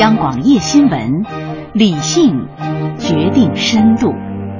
央广夜新闻，理性决定深度。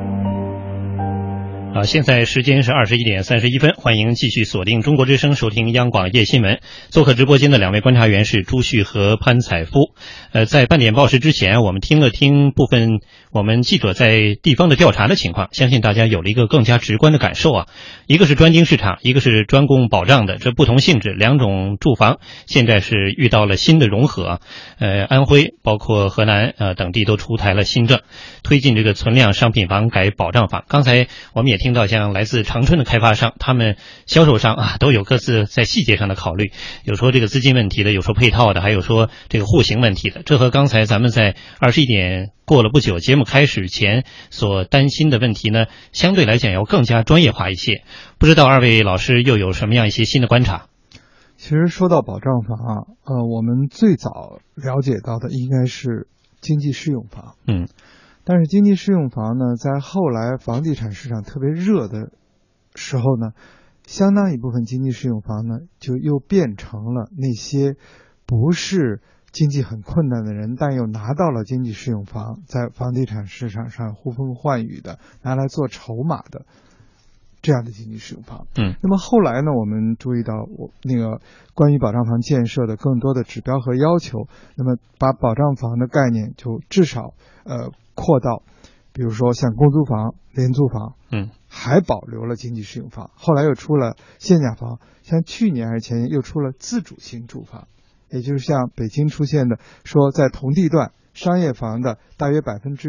现在时间是21:31，欢迎继续锁定中国之声，收听央广夜新闻。做客直播间的两位观察员是朱旭和潘采夫。在半点报时之前，我们听了部分我们记者在地方的调查的情况，相信大家有了一个更加直观的感受啊。一个是专精市场，一个是专供保障的，这不同性质两种住房现在是遇到了新的融合。安徽包括河南等地都出台了新政，推进这个存量商品房改保障房。刚才我们也听到像来自长春的开发商，他们销售商都有各自在细节上的考虑，有说这个资金问题的，有说配套的，还有说这个户型问题的。这和刚才咱们在21点过了不久节目开始前所担心的问题呢，相对来讲要更加专业化一些。不知道二位老师又有什么样一些新的观察？ 其实说到保障房我们最早了解到的应该是经济适用房。但是经济适用房呢，在后来房地产市场特别热的时候呢，相当一部分经济适用房呢，就又变成了那些不是经济很困难的人，但又拿到了经济适用房，在房地产市场上呼风唤雨的，拿来做筹码的这样的经济适用房。那么后来呢，我们注意到关于保障房建设的更多的指标和要求，那么把保障房的概念就至少扩到比如说像公租房、廉租房，还保留了经济适用房。后来又出了限价房，像去年还是前年又出了自主性住房，也就是像北京出现的说在同地段商业房的大约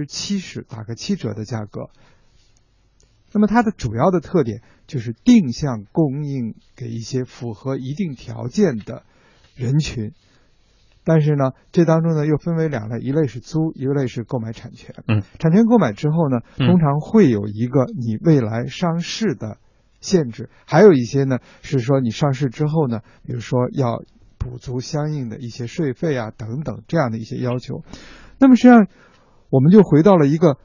70%打个7折的价格。那么它的主要的特点就是定向供应给一些符合一定条件的人群。但是呢，这当中呢又分为两类，一类是租，一类是购买产权。产权购买之后呢，通常会有一个你未来上市的限制，还有一些呢是说你上市之后呢，比如说要补足相应的一些税费等等这样的一些要求。那么实际上我们就回到了一个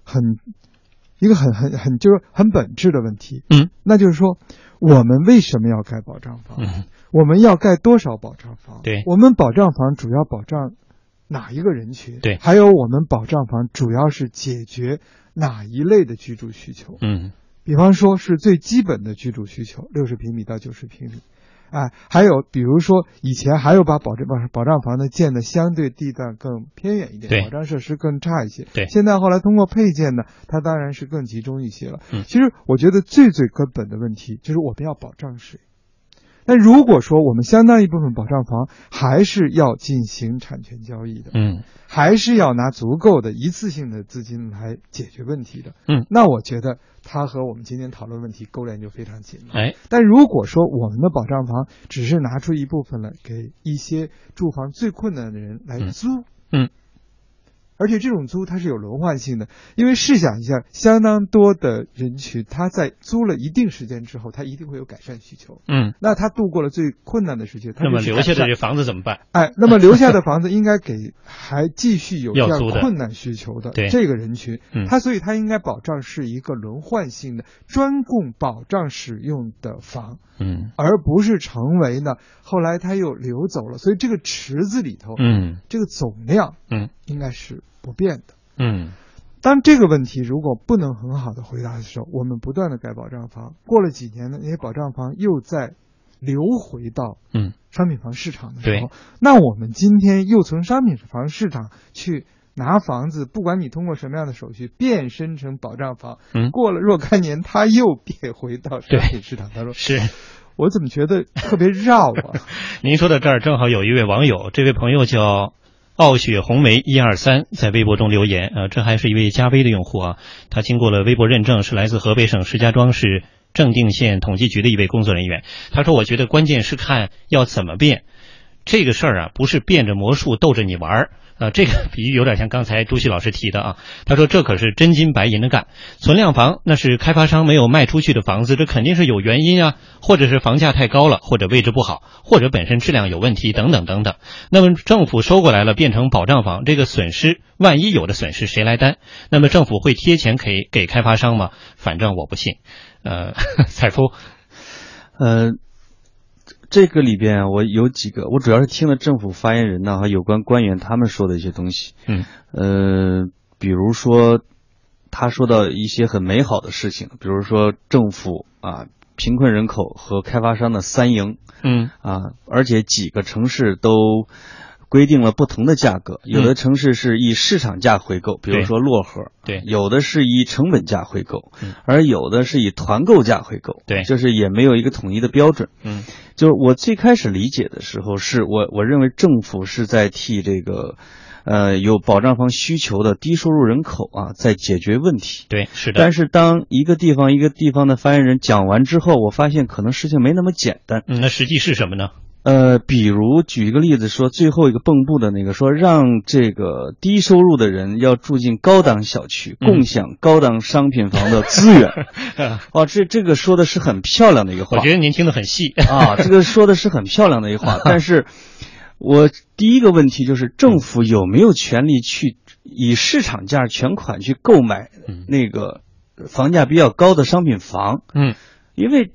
就是很本质的问题。那就是说我们为什么要盖保障房？我们要盖多少保障房？ 对， 我们保障房主要保障哪一个人群？ 对， 还有我们保障房主要是解决哪一类的居住需求？比方说是最基本的居住需求，60平米到90平米。还有比如说以前还有把保障房呢建的相对地段更偏远一点，保障设施更差一些。 对， 现在后来通过配建呢，它当然是更集中一些了。其实我觉得最根本的问题就是我们要保障谁。但如果说我们相当一部分保障房还是要进行产权交易的，还是要拿足够的一次性的资金来解决问题的，那我觉得它和我们今天讨论问题勾连就非常紧了。但如果说我们的保障房只是拿出一部分来给一些住房最困难的人来租，而且这种租它是有轮换性的，因为试想一下，相当多的人群他在租了一定时间之后，他一定会有改善需求。那他度过了最困难的时期， 那么留下的这房子怎么办？ 那么留下的房子应该给还继续有这样困难需求的这个人群，所以他应该保障是一个轮换性的专供保障使用的房，而不是成为呢后来他又流走了，所以这个池子里头，这个总量，应该是不变的。当这个问题如果不能很好的回答的时候，我们不断的盖保障房，过了几年呢，那些保障房又再流回到商品房市场的时候，那我们今天又从商品房市场去拿房子，不管你通过什么样的手续变身成保障房，过了若干年它又变回到商品市场当中。 是我怎么觉得特别绕啊？ 您说到这儿，正好有一位网友，这位朋友叫傲雪红梅123，在微博中留言，这还是一位加微的用户啊，他经过了微博认证，是来自河北省石家庄市正定县统计局的一位工作人员。他说，我觉得关键是看要怎么变，这个事儿不是变着魔术逗着你玩这个比喻有点像刚才朱熹老师提的他说这可是真金白银的干。存量房那是开发商没有卖出去的房子，这肯定是有原因或者是房价太高了，或者位置不好，或者本身质量有问题等等等等。那么政府收过来了变成保障房，这个损失万一有的损失谁来担？那么政府会贴钱给开发商吗？反正我不信。采夫这个里边我有几个，我主要是听了政府发言人呢和有关官员他们说的一些东西。比如说他说到一些很美好的事情，比如说政府贫困人口和开发商的三赢。而且几个城市都规定了不同的价格，有的城市是以市场价回购，比如说漯河， 对， 有的是以成本价回购，而有的是以团购价回购， 对， 就是也没有一个统一的标准。就是我最开始理解的时候，是我认为政府是在替这个有保障房需求的低收入人口在解决问题。 对，是的。 但是当一个地方的发言人讲完之后，我发现可能事情没那么简单。 那实际是什么呢？ 比如举一个例子说，最后一个蚌埠的那个说，让这个低收入的人要住进高档小区，共享高档商品房的资源。这个说的是很漂亮的一个话。 我觉得您听得很细这个说的是很漂亮的一个话，但是我第一个问题就是政府有没有权利去以市场价全款去购买那个房价比较高的商品房？因为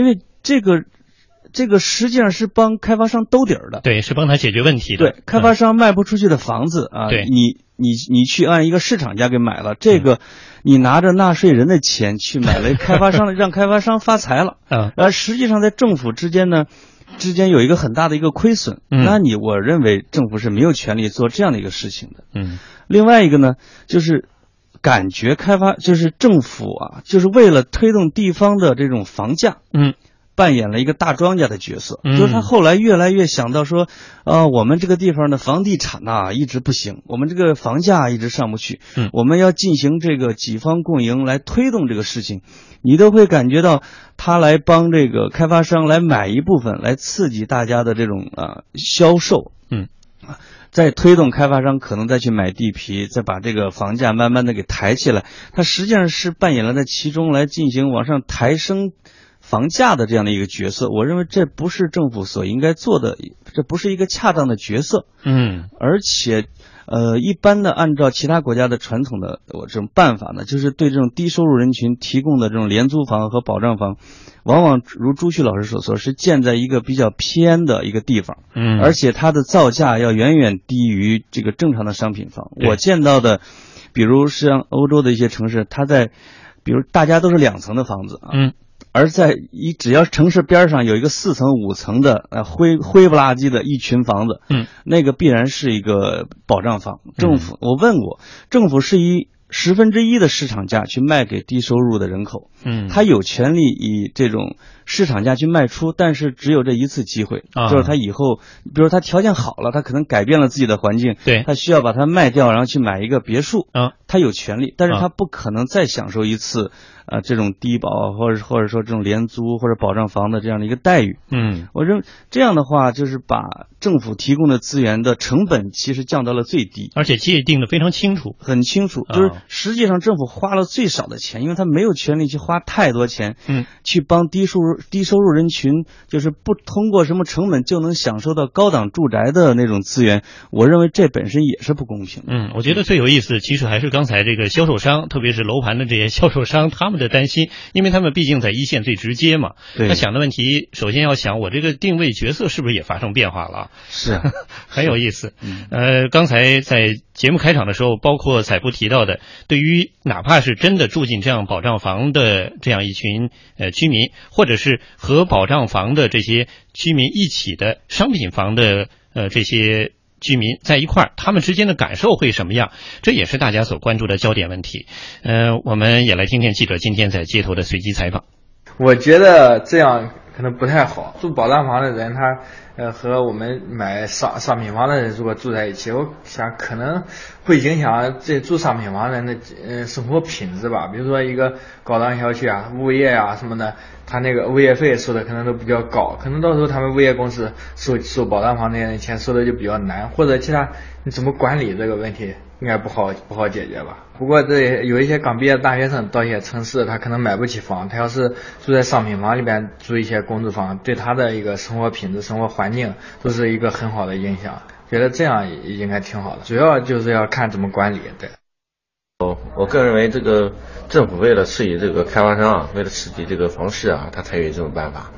这个实际上是帮开发商兜底儿的， 对，是帮他解决问题的。 对，开发商卖不出去的房子对， 你去按一个市场价给买了，这个你拿着纳税人的钱去买了开发商让开发商发财了，而实际上在政府之间有一个很大的一个亏损，我认为政府是没有权利做这样的一个事情的。另外一个呢，就是感觉就是政府就是为了推动地方的这种房价，扮演了一个大庄家的角色，就是他后来越来越想到说，我们这个地方的房地产一直不行，我们这个房价一直上不去，我们要进行这个几方共赢来推动这个事情，你都会感觉到他来帮这个开发商来买一部分，来刺激大家的这种销售，再推动开发商可能再去买地皮，再把这个房价慢慢的给抬起来，他实际上是扮演了在其中来进行往上抬升房价的这样的一个角色。我认为这不是政府所应该做的，这不是一个恰当的角色。而且一般的按照其他国家的传统的这种办法呢，就是对这种低收入人群提供的这种廉租房和保障房，往往如朱旭老师所说，是建在一个比较偏的一个地方，而且它的造价要远远低于这个正常的商品房。我见到的比如像欧洲的一些城市，比如大家都是2层的房子而在只要城市边上有一个4层5层的灰不拉几的一群房子，那个必然是一个保障房。我问过，政府是以1/10的市场价去卖给低收入的人口，他有权利以这种市场价去卖出，但是只有这一次机会，就是他以后，比如他条件好了，他可能改变了自己的环境， 对， 他需要把它卖掉，然后去买一个别墅，他有权利，但是他不可能再享受一次这种低保或者说这种廉租或者保障房的这样的一个待遇。我认为这样的话，就是把政府提供的资源的成本其实降到了最低， 而且界定的非常清楚， 很清楚，就是实际上政府花了最少的钱，因为他没有权利去花太多钱，去帮低收入人群，就是不通过什么成本就能享受到高档住宅的那种资源。我认为这本身也是不公平的。 我觉得最有意思其实还是刚才这个销售商，特别是楼盘的这些销售商，他们的担心，因为他们毕竟在一线最直接嘛。他想的问题，首先要想我这个定位角色是不是也发生变化了？ 是很有意思。刚才在节目开场的时候，包括采夫提到的，对于哪怕是真的住进这样保障房的这样一群居民，或者是和保障房的这些居民一起的商品房的这些居民在一块儿，他们之间的感受会什么样？这也是大家所关注的焦点问题。我们也来听听记者今天在街头的随机采访。 我觉得这样可能不太好。住保障房的人，他和我们买商品房的人如果住在一起，我想可能会影响这住商品房人的生活品质吧。比如说一个高档小区物业什么的，他那个物业费收的可能都比较高，可能到时候他们物业公司收保障房的人钱收的就比较难，或者其他你怎么管理这个问题应该不好解决吧。不过这有一些刚毕业的大学生到一些城市，他可能买不起房，他要是住在商品房里边住一些公租房，对他的一个生活品质生活环境都是一个很好的影响。觉得这样应该挺好的，主要就是要看怎么管理。对， 我个人认为这个政府为了刺激这个开发商为了刺激这个房市他采取这种办法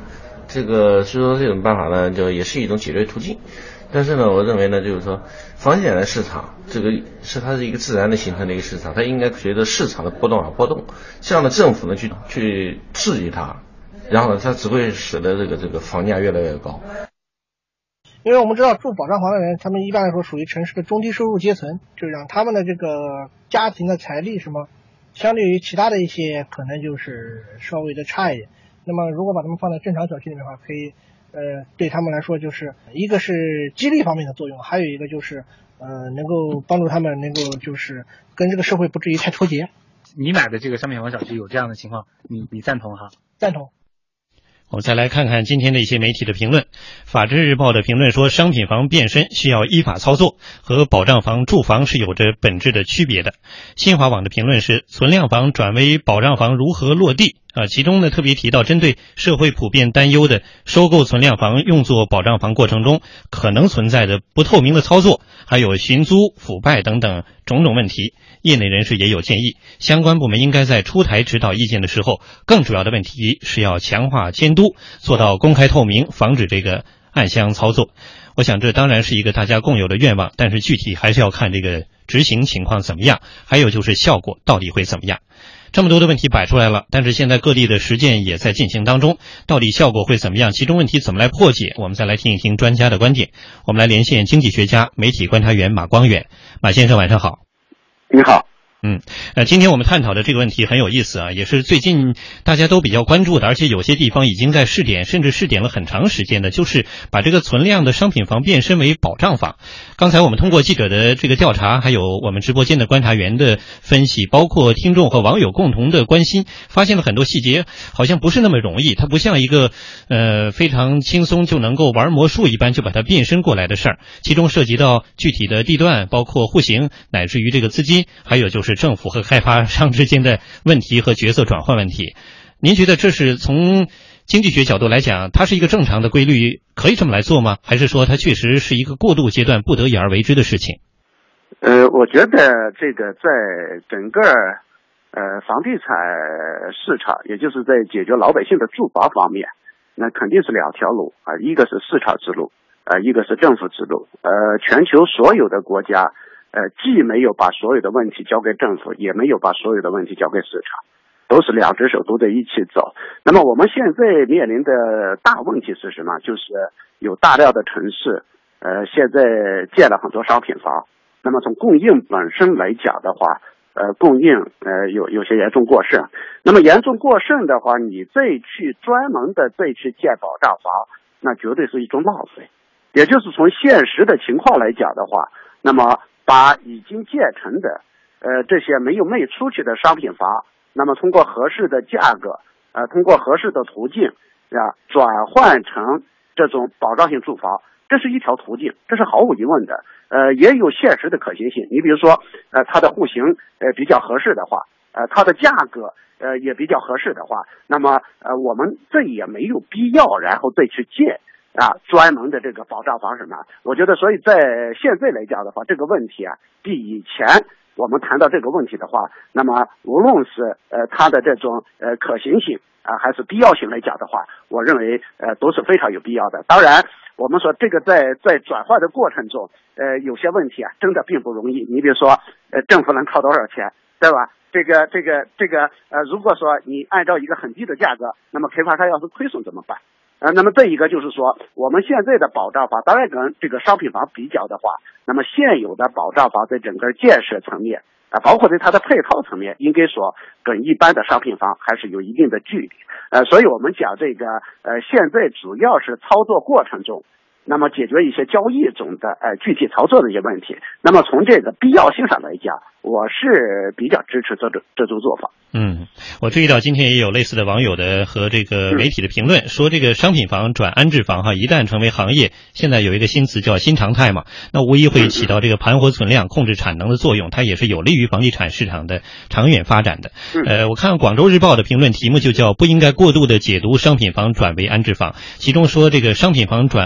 这个所以说这种办法呢，就也是一种解决途径。但是呢，我认为呢，就是说房地产的市场，它是一个自然的形成的一个市场，它应该随着市场的波动而波动。这样的政府呢去刺激它，然后呢，它只会使得这个房价越来越高。 因为我们知道住保障房的人，他们一般来说属于城市的中低收入阶层，就让他们的这个家庭的财力什么，相对于其他的一些可能就是稍微的差一点。那么如果把他们放在正常小区里面的话，可以对他们来说就是一个是激励方面的作用，还有一个就是能够帮助他们能够就是跟这个社会不至于太脱节。 你买的这个商品房小区有这样的情况，你赞同哈？ 赞同。 我们再来看看今天的一些媒体的评论。法制日报的评论说，商品房变身需要依法操作，和保障房住房是有着本质的区别的。新华网的评论是，存量房转为保障房如何落地？其中呢特别提到，针对社会普遍担忧的收购存量房用作保障房过程中可能存在的不透明的操作，还有寻租、腐败等等种种问题，业内人士也有建议，相关部门应该在出台指导意见的时候，更主要的问题是要强化监督，做到公开透明，防止这个暗箱操作。我想这当然是一个大家共有的愿望，但是具体还是要看这个执行情况怎么样，还有就是效果到底会怎么样。这么多的问题摆出来了，但是现在各地的实践也在进行当中，到底效果会怎么样，其中问题怎么来破解，我们再来听一听专家的观点。我们来连线经济学家、媒体观察员马光远。马先生晚上好。 你好。 今天我们探讨的这个问题很有意思啊，也是最近大家都比较关注的，而且有些地方已经在试点，甚至试点了很长时间的，就是把这个存量的商品房变身为保障房。刚才我们通过记者的这个调查，还有我们直播间的观察员的分析，包括听众和网友共同的关心，发现了很多细节好像不是那么容易，它不像一个非常轻松就能够玩魔术一般就把它变身过来的事儿，其中涉及到具体的地段，包括户型，乃至于这个资金，还有就是政府和开发商之间的问题和角色转换问题。您觉得这是从经济学角度来讲，它是一个正常的规律，可以这么来做吗？还是说它确实是一个过渡阶段不得已而为之的事情？ 我觉得这个在整个房地产市场，也就是在解决老百姓的住房方面，那肯定是两条路啊，一个是市场之路，一个是政府之路。全球所有的国家既没有把所有的问题交给政府，也没有把所有的问题交给市场，都是两只手都在一起走。那么我们现在面临的大问题是什么？就是有大量的城市现在建了很多商品房，那么从供应本身来讲的话，供应有些严重过剩。那么严重过剩的话，你再去专门的再去建保障房，那绝对是一种浪费。也就是从现实的情况来讲的话，那么把已经建成的这些没有卖出去的商品房，那么通过合适的价格通过合适的途径转换成这种保障性住房，这是一条途径，这是毫无疑问的。也有现实的可行性。你比如说它的户型比较合适的话，它的价格也比较合适的话，那么我们这也没有必要然后再去建专门的这个保障房什么。我觉得所以在现在来讲的话，这个问题比以前我们谈到这个问题的话，那么无论是它的这种可行性还是必要性来讲的话，我认为都是非常有必要的。当然我们说这个在转换的过程中有些问题真的并不容易。你比如说政府能掏多少钱，对吧？这个如果说你按照一个很低的价格，那么开发商要是亏损怎么办？那么这一个就是说，我们现在的保障房当然跟这个商品房比较的话，那么现有的保障房在整个建设层面包括在它的配套层面，应该说跟一般的商品房还是有一定的距离。所以我们讲这个现在主要是操作过程中，那么解决一些交易中的具体操作的一些问题。那么从这个必要性上来讲，我是比较支持这种做法。 我注意到今天也有类似的网友的和这个媒体的评论，说这个商品房转安置房一旦成为行业，现在有一个新词叫新常态嘛，那无疑会起到这个盘活存量、控制产能的作用，它也是有利于房地产市场的长远发展的。我看广州日报的评论题目就叫不应该过度的解读商品房转为安置房，其中说这个商品房转安置房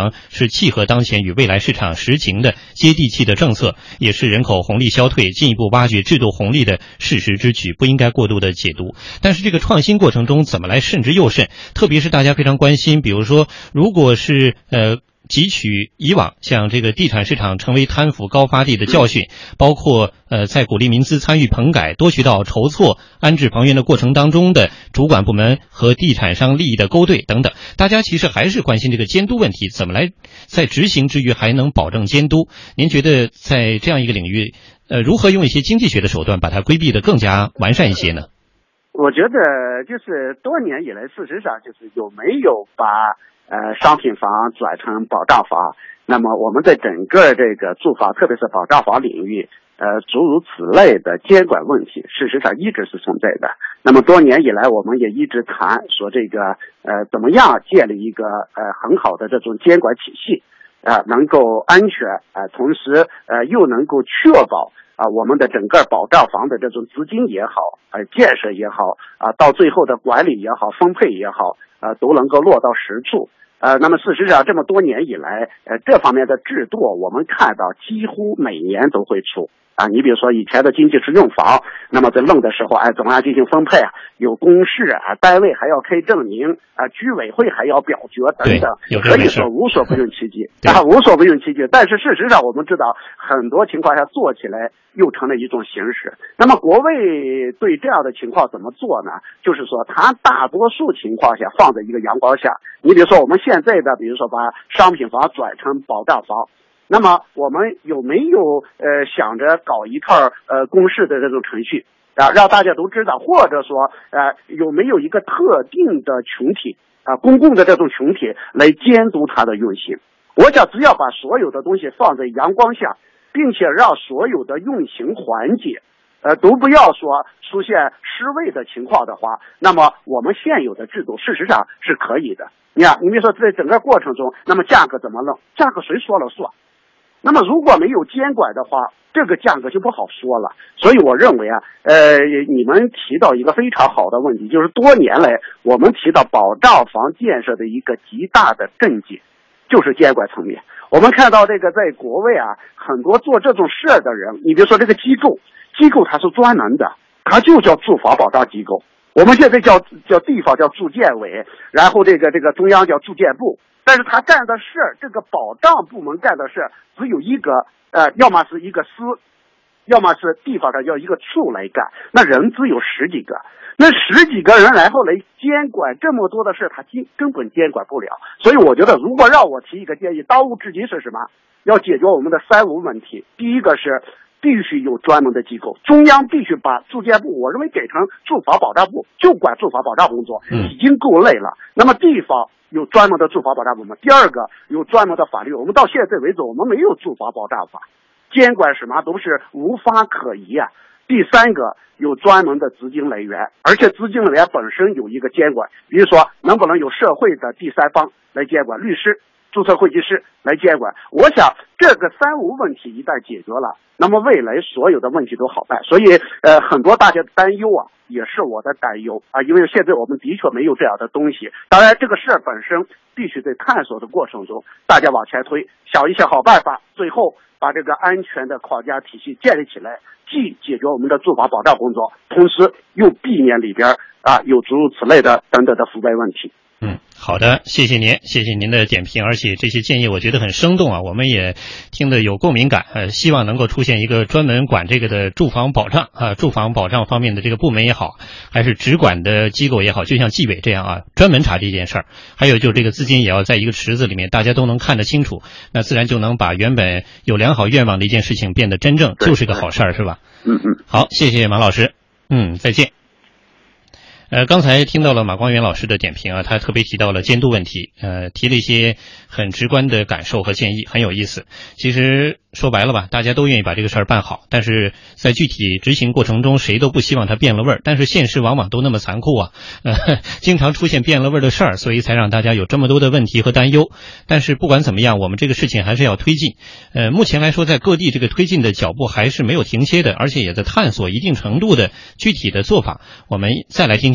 常是契合当前与未来市场实情的接地气的政策，也是人口红利消退、进一步挖掘制度红利的事实之举，不应该过度的解读。但是这个创新过程中怎么来慎之又慎，特别是大家非常关心，比如说如果是汲取以往像这个地产市场成为贪腐高发地的教训，包括在鼓励民资参与棚改、多渠道筹措安置房源的过程当中的主管部门和地产商利益的勾兑等等，大家其实还是关心这个监督问题，怎么来在执行之余还能保证监督。您觉得在这样一个领域如何用一些经济学的手段把它规避得更加完善一些呢？ 我觉得就是多年以来，事实上就是有没有把商品房转成保障房，那么我们在整个这个住房，特别是保障房领域，诸如此类的监管问题，事实上一直是存在的。那么多年以来，我们也一直谈说这个怎么样建立一个很好的这种监管体系，能够安全同时又能够确保我们的整个保障房的这种资金也好，建设也好，到最后的管理也好，分配也好，都能够落到实处。那么事实上这么多年以来，这方面的制度我们看到几乎每年都会出。你比如说以前的经济适用房，那么在弄的时候，怎么样进行分配有公示单位还要开证明居委会还要表决等等，可以说无所不用其极无所不用其极。但是事实上我们知道，很多情况下做起来又成了一种形式。那么国卫对这样的情况怎么做呢？就是说它大多数情况下放在一个阳光下。你比如说我们现在的，比如说把商品房转成保障房，那么我们有没有想着搞一套公示的这种程序让大家都知道，或者说有没有一个特定的群体公共的这种群体来监督它的运行？我想只要把所有的东西放在阳光下，并且让所有的运行环节都不要说出现失位的情况的话，那么我们现有的制度事实上是可以的。你比如说在整个过程中，那么价格怎么弄？价格谁说了算？那么如果没有监管的话，这个价格就不好说了。所以我认为你们提到一个非常好的问题，就是多年来我们提到保障房建设的一个极大的症结，就是监管层面。我们看到这个在国外很多做这种事的人，你比如说这个机构它是专门的，它就叫住房保障机构。我们现在叫地方叫住建委，然后这个中央叫住建部。但是他干的事，这个保障部门干的事只有一个，要么是一个司，要么是地方上要一个处来干，那人只有10几个，那10几个人然后来监管这么多的事，他根本监管不了。所以我觉得，如果让我提一个建议，当务之急是什么？要解决我们的3无问题。第一个是必须有专门的机构，中央必须把住建部，我认为改成住房保障部，就管住房保障工作，已经够累了。那么地方有专门的住房保障部门。第二个有专门的法律，我们到现在为止我们没有住房保障法，监管什么都是无法可依第三个有专门的资金来源，而且资金来源本身有一个监管，比如说能不能有社会的第三方来监管，律师、注册会计师来监管。我想这个3无问题一旦解决了，那么未来所有的问题都好办。所以很多大家的担忧也是我的担忧因为现在我们的确没有这样的东西。当然这个事本身必须在探索的过程中大家往前推，想一些好办法，最后把这个安全的框架体系建立起来，既解决我们的住房保障工作，同时又避免里边有诸如此类的等等的腐败问题。 好的，谢谢您的点评，而且这些建议我觉得很生动我们也听得有共鸣感希望能够出现一个专门管这个的住房保障住房保障方面的这个部门也好，还是直管的机构也好，就像纪委这样专门查这件事儿。还有就是这个资金也要在一个池子里面，大家都能看得清楚，那自然就能把原本有良好愿望的一件事情变得真正就是个好事儿，是吧？好，谢谢马老师，再见。刚才听到了马光远老师的点评他特别提到了监督问题，提了一些很直观的感受和建议，很有意思。其实说白了吧，大家都愿意把这个事儿办好，但是在具体执行过程中，谁都不希望它变了味儿。但是现实往往都那么残酷经常出现变了味儿的事儿，所以才让大家有这么多的问题和担忧。但是不管怎么样，我们这个事情还是要推进。目前来说，在各地这个推进的脚步还是没有停歇的，而且也在探索一定程度的具体的做法。我们再来听听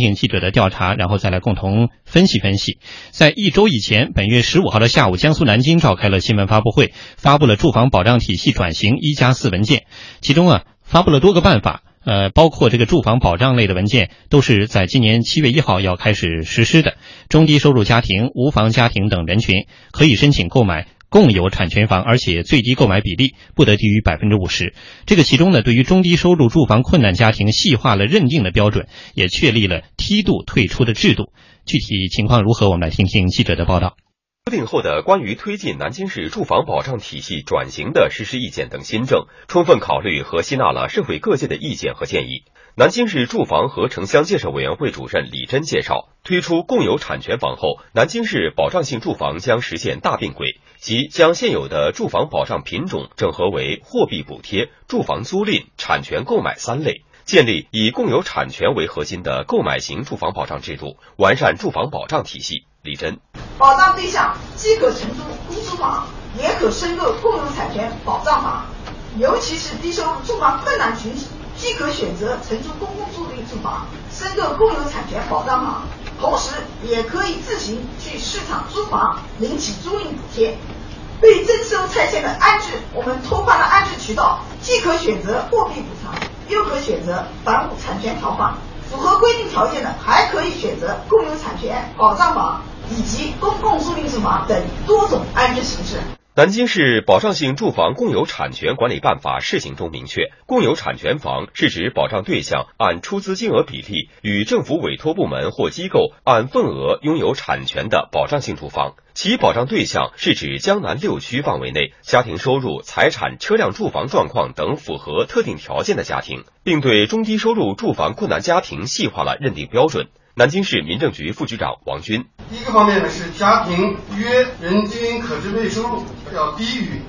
听记者的调查，然后再来共同分析分析。在1周以前，本月15号的下午，江苏南京召开了新闻发布会，发布了住房保障体系转型1+4文件，其中发布了多个办法。包括这个住房保障类的文件都是在今年7月1号要开始实施的。中低收入家庭、无房家庭等人群可以申请购买共有产权房，而且最低购买比例不得低于50%。这个其中呢，对于中低收入住房困难家庭细化了认定的标准，也确立了梯度退出的制度。具体情况如何，我们来听听记者的报道。 修订后的关于推进南京市住房保障体系转型的实施意见等新政，充分考虑和吸纳了社会各界的意见和建议。南京市住房和城乡建设委员会主任李珍介绍，推出共有产权房后，南京市保障性住房将实现大并轨，即将现有的住房保障品种整合为货币补贴、住房租赁、产权购买3类，建立以共有产权为核心的购买型住房保障制度，完善住房保障体系。李珍， 保障对象既可承租公租房，也可申购共有产权保障房，尤其是低收入住房困难群体，既可选择承租公共租赁住房，申购共有产权保障房，同时也可以自行去市场租房领取租赁补贴。被征收拆迁的安置，我们拓宽了安置渠道，既可选择货币补偿，又可选择房屋产权条房，符合规定条件的还可以选择共有产权保障房以及公共租赁住房等多种安置形式。 南京市保障性住房共有产权管理办法试行中明确，共有产权房是指保障对象按出资金额比例与政府委托部门或机构按份额拥有产权的保障性住房，其保障对象是指江南6区范围内家庭收入、财产、车辆住房状况等符合特定条件的家庭，并对中低收入住房困难家庭细化了认定标准。南京市民政局副局长王军， 一个方面呢是家庭约人均可支配收入要低于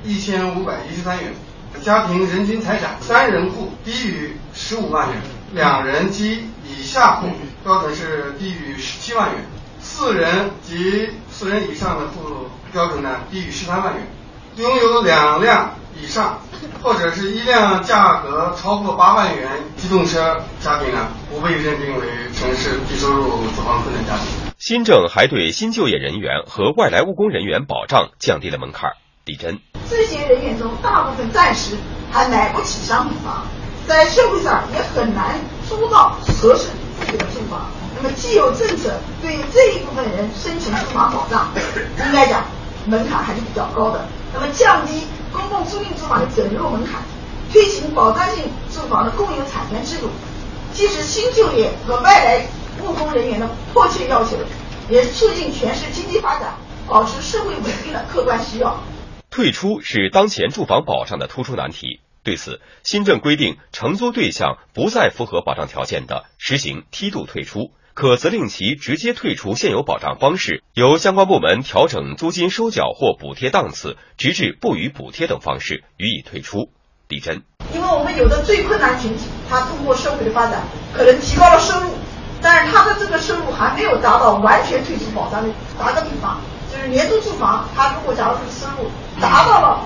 1513元，家庭人均财产3人户低于15万元，2人及以下户标准是低于17万元，4人及4人以上的户标准呢低于13万元，拥有2辆以上或者是1辆价格超过8万元机动车家庭呢，不被认定为城市低收入住房困难家庭。 新政还对新就业人员和外来务工人员保障降低了门槛。李珍， 这些人员中大部分暂时还买不起商品房，在社会上也很难租到合适自己的住房，那么既有政策对这一部分人申请住房保障，应该讲门槛还是比较高的。那么降低公共租赁住房的准入门槛，推行保障性住房的共有产权制度，既是新就业和外来务工人员的迫切要求，也是促进全市经济发展、保持社会稳定的客观需要。 退出是当前住房保障的突出难题。对此，新政规定承租对象不再符合保障条件的，实行梯度退出，可责令其直接退出现有保障方式，由相关部门调整租金收缴或补贴档次，直至不予补贴等方式予以退出。李珍， 因为我们有的最困难群体，他通过社会的发展可能提高了收入，但是他的这个收入还没有达到完全退出保障的。打个比方，就是年度住房，他如果假如说收入达到了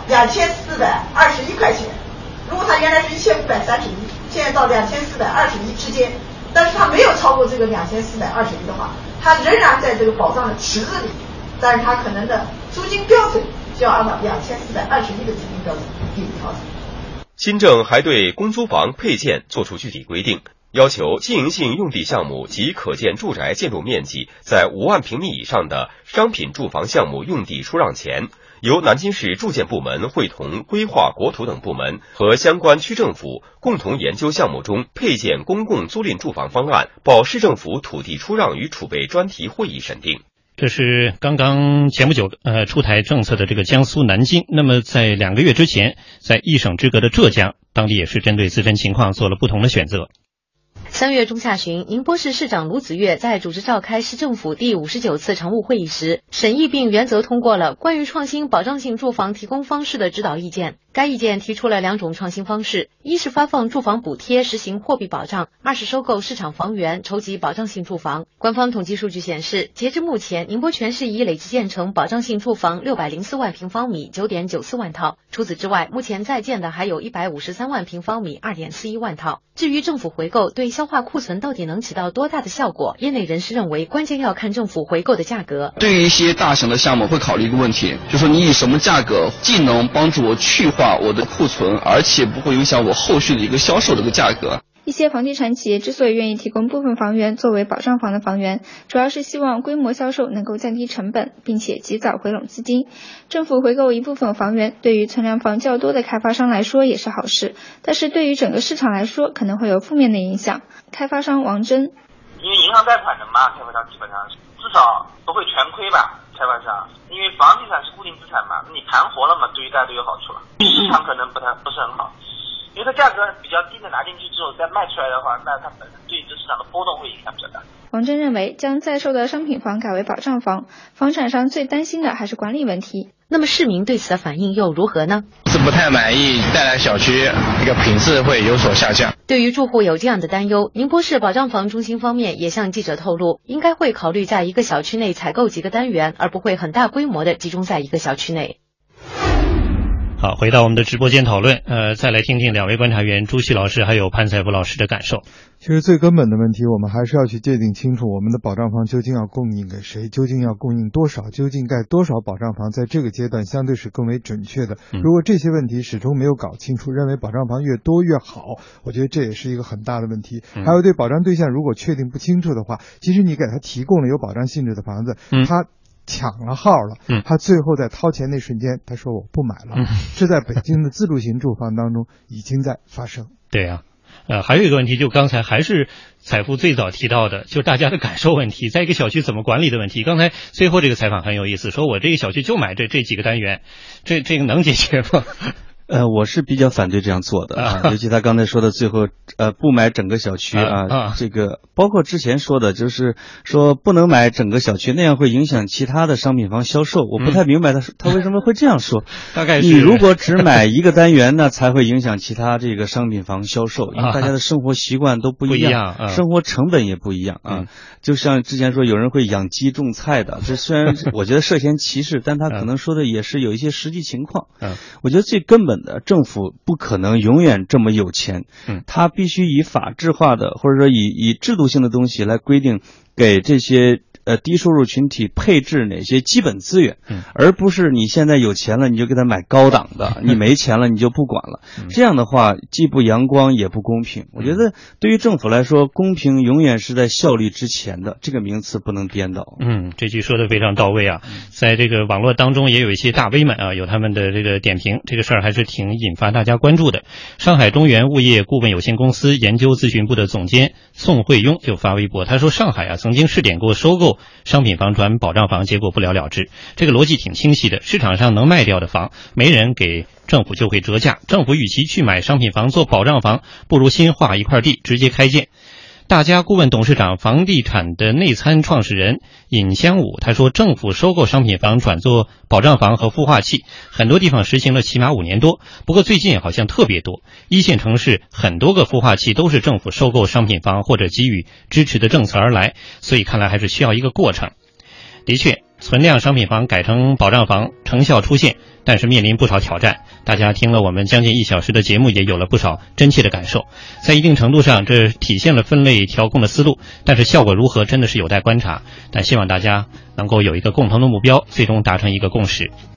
2421块钱，如果他原来是1531，现在到2421之间，但是他没有超过这个2421的话，他仍然在这个保障的池子里，但是他可能的租金标准就要按照2421的租金标准予以调整。 新政还对公租房配建作出具体规定，要求经营性用地项目及可建住宅建筑面积在5万平米以上的商品住房项目用地出让前，由南京市住建部门会同规划国土等部门和相关区政府共同研究项目中配建公共租赁住房方案，报市政府土地出让与储备专题会议审定。 这是刚刚前不久出台政策的这个江苏南京。那么在2个月之前，在一省之隔的浙江，当地也是针对自身情况做了不同的选择。 3月中下旬，宁波市市长卢子越在主持召开市政府第59次常务会议时，审议并原则通过了关于创新保障性住房提供方式的指导意见。该意见提出了2种创新方式， 一是发放住房补贴，实行货币保障；二是收购市场房源，筹集保障性住房。官方统计数据显示，截至目前，宁波全市已累计建成保障性住房604万平方米，9.94万套。除此之外，目前在建的还有153万平方米，2.41万套。至于政府回购对消化库存到底能起到多大的效果，业内人士认为，关键要看政府回购的价格。 对于一些大型的项目，会考虑一个问题，就是说你以什么价格，既能帮助我去化我的库存，而且不会影响我后续的一个销售的一个价格。 一些房地产企业之所以愿意提供部分房源作为保障房的房源，主要是希望规模销售能够降低成本，并且及早回笼资金。政府回购一部分房源，对于存量房较多的开发商来说也是好事，但是对于整个市场来说可能会有负面的影响。开发商王真， 因为银行贷款的嘛，开发商基本上至少不会全亏吧。开发商，因为房地产是固定资产嘛，你盘活了嘛，对于大家都有好处了。市场可能不是很好，因为它价格比较低的拿进去之后再卖出来的话，那它本身对这市场的波动会影响比较大。 王真认为，将在售的商品房改为保障房，房产商最担心的还是管理问题。 那么市民对此的反应又如何呢？ 是不太满意，带来小区这个品质会有所下降。 对于住户有这样的担忧，宁波市保障房中心方面也向记者透露，应该会考虑在一个小区内采购几个单元，而不会很大规模的集中在一个小区内。 好，回到我们的直播间讨论，再来听听两位观察员朱旭老师还有潘采夫老师的感受。 其实最根本的问题，我们还是要去界定清楚我们的保障房究竟要供应给谁，究竟要供应多少，究竟盖多少保障房，在这个阶段相对是更为准确的。如果这些问题始终没有搞清楚，认为保障房越多越好，我觉得这也是一个很大的问题。还有对保障对象如果确定不清楚的话，即使你给他提供了有保障性质的房子，他抢了号了，他最后在掏钱那瞬间他说我不买了，这在北京的自住型住房当中已经在发生。 对啊，还有一个问题，就刚才还是采夫最早提到的，就是大家的感受问题，在一个小区怎么管理的问题。刚才最后这个采访很有意思，说我这个小区就买这几个单元，这个能解决吗？ 我是比较反对这样做的，尤其他刚才说的最后，不买整个小区这个包括之前说的，就是说不能买整个小区，那样会影响其他的商品房销售。我不太明白他为什么会这样说。 大概是你如果只买一个单元呢，才会影响其他这个商品房销售，因为大家的生活习惯都不一样，生活成本也不一样啊。就像之前说有人会养鸡种菜的，这虽然我觉得涉嫌歧视，但他可能说的也是有一些实际情况。我觉得最根本的，政府不可能永远这么有钱，他必须以法制化的或者说以制度性的东西来规定给这些低收入群体配置哪些基本资源，而不是你现在有钱了你就给他买高档的，你没钱了你就不管了。这样的话既不阳光也不公平。我觉得对于政府来说，公平永远是在效率之前的，这个名词不能颠倒。 这句说的非常到位啊。在这个网络当中也有一些大 V 们啊，有他们的这个点评，这个事儿还是挺引发大家关注的。上海中原物业顾问有限公司研究咨询部的总监宋慧庸就发微博，他说上海啊曾经试点过收购商品房转保障房，结果不了了之。这个逻辑挺清晰的，市场上能卖掉的房没人给，政府就会折价，政府与其去买商品房做保障房，不如新划一块地直接开建。大家顾问董事长房地产的内参创始人尹香武他说，政府收购商品房转做保障房和孵化器，很多地方实行了起码5年多，不过最近好像特别多，一线城市很多个孵化器都是政府收购商品房或者给予支持的政策而来，所以看来还是需要一个过程。的确，存量商品房改成保障房成效出现，但是面临不少挑战。大家听了我们将近1小时的节目，也有了不少真切的感受。在一定程度上，这体现了分类调控的思路，但是效果如何真的是有待观察。但希望大家能够有一个共同的目标，最终达成一个共识。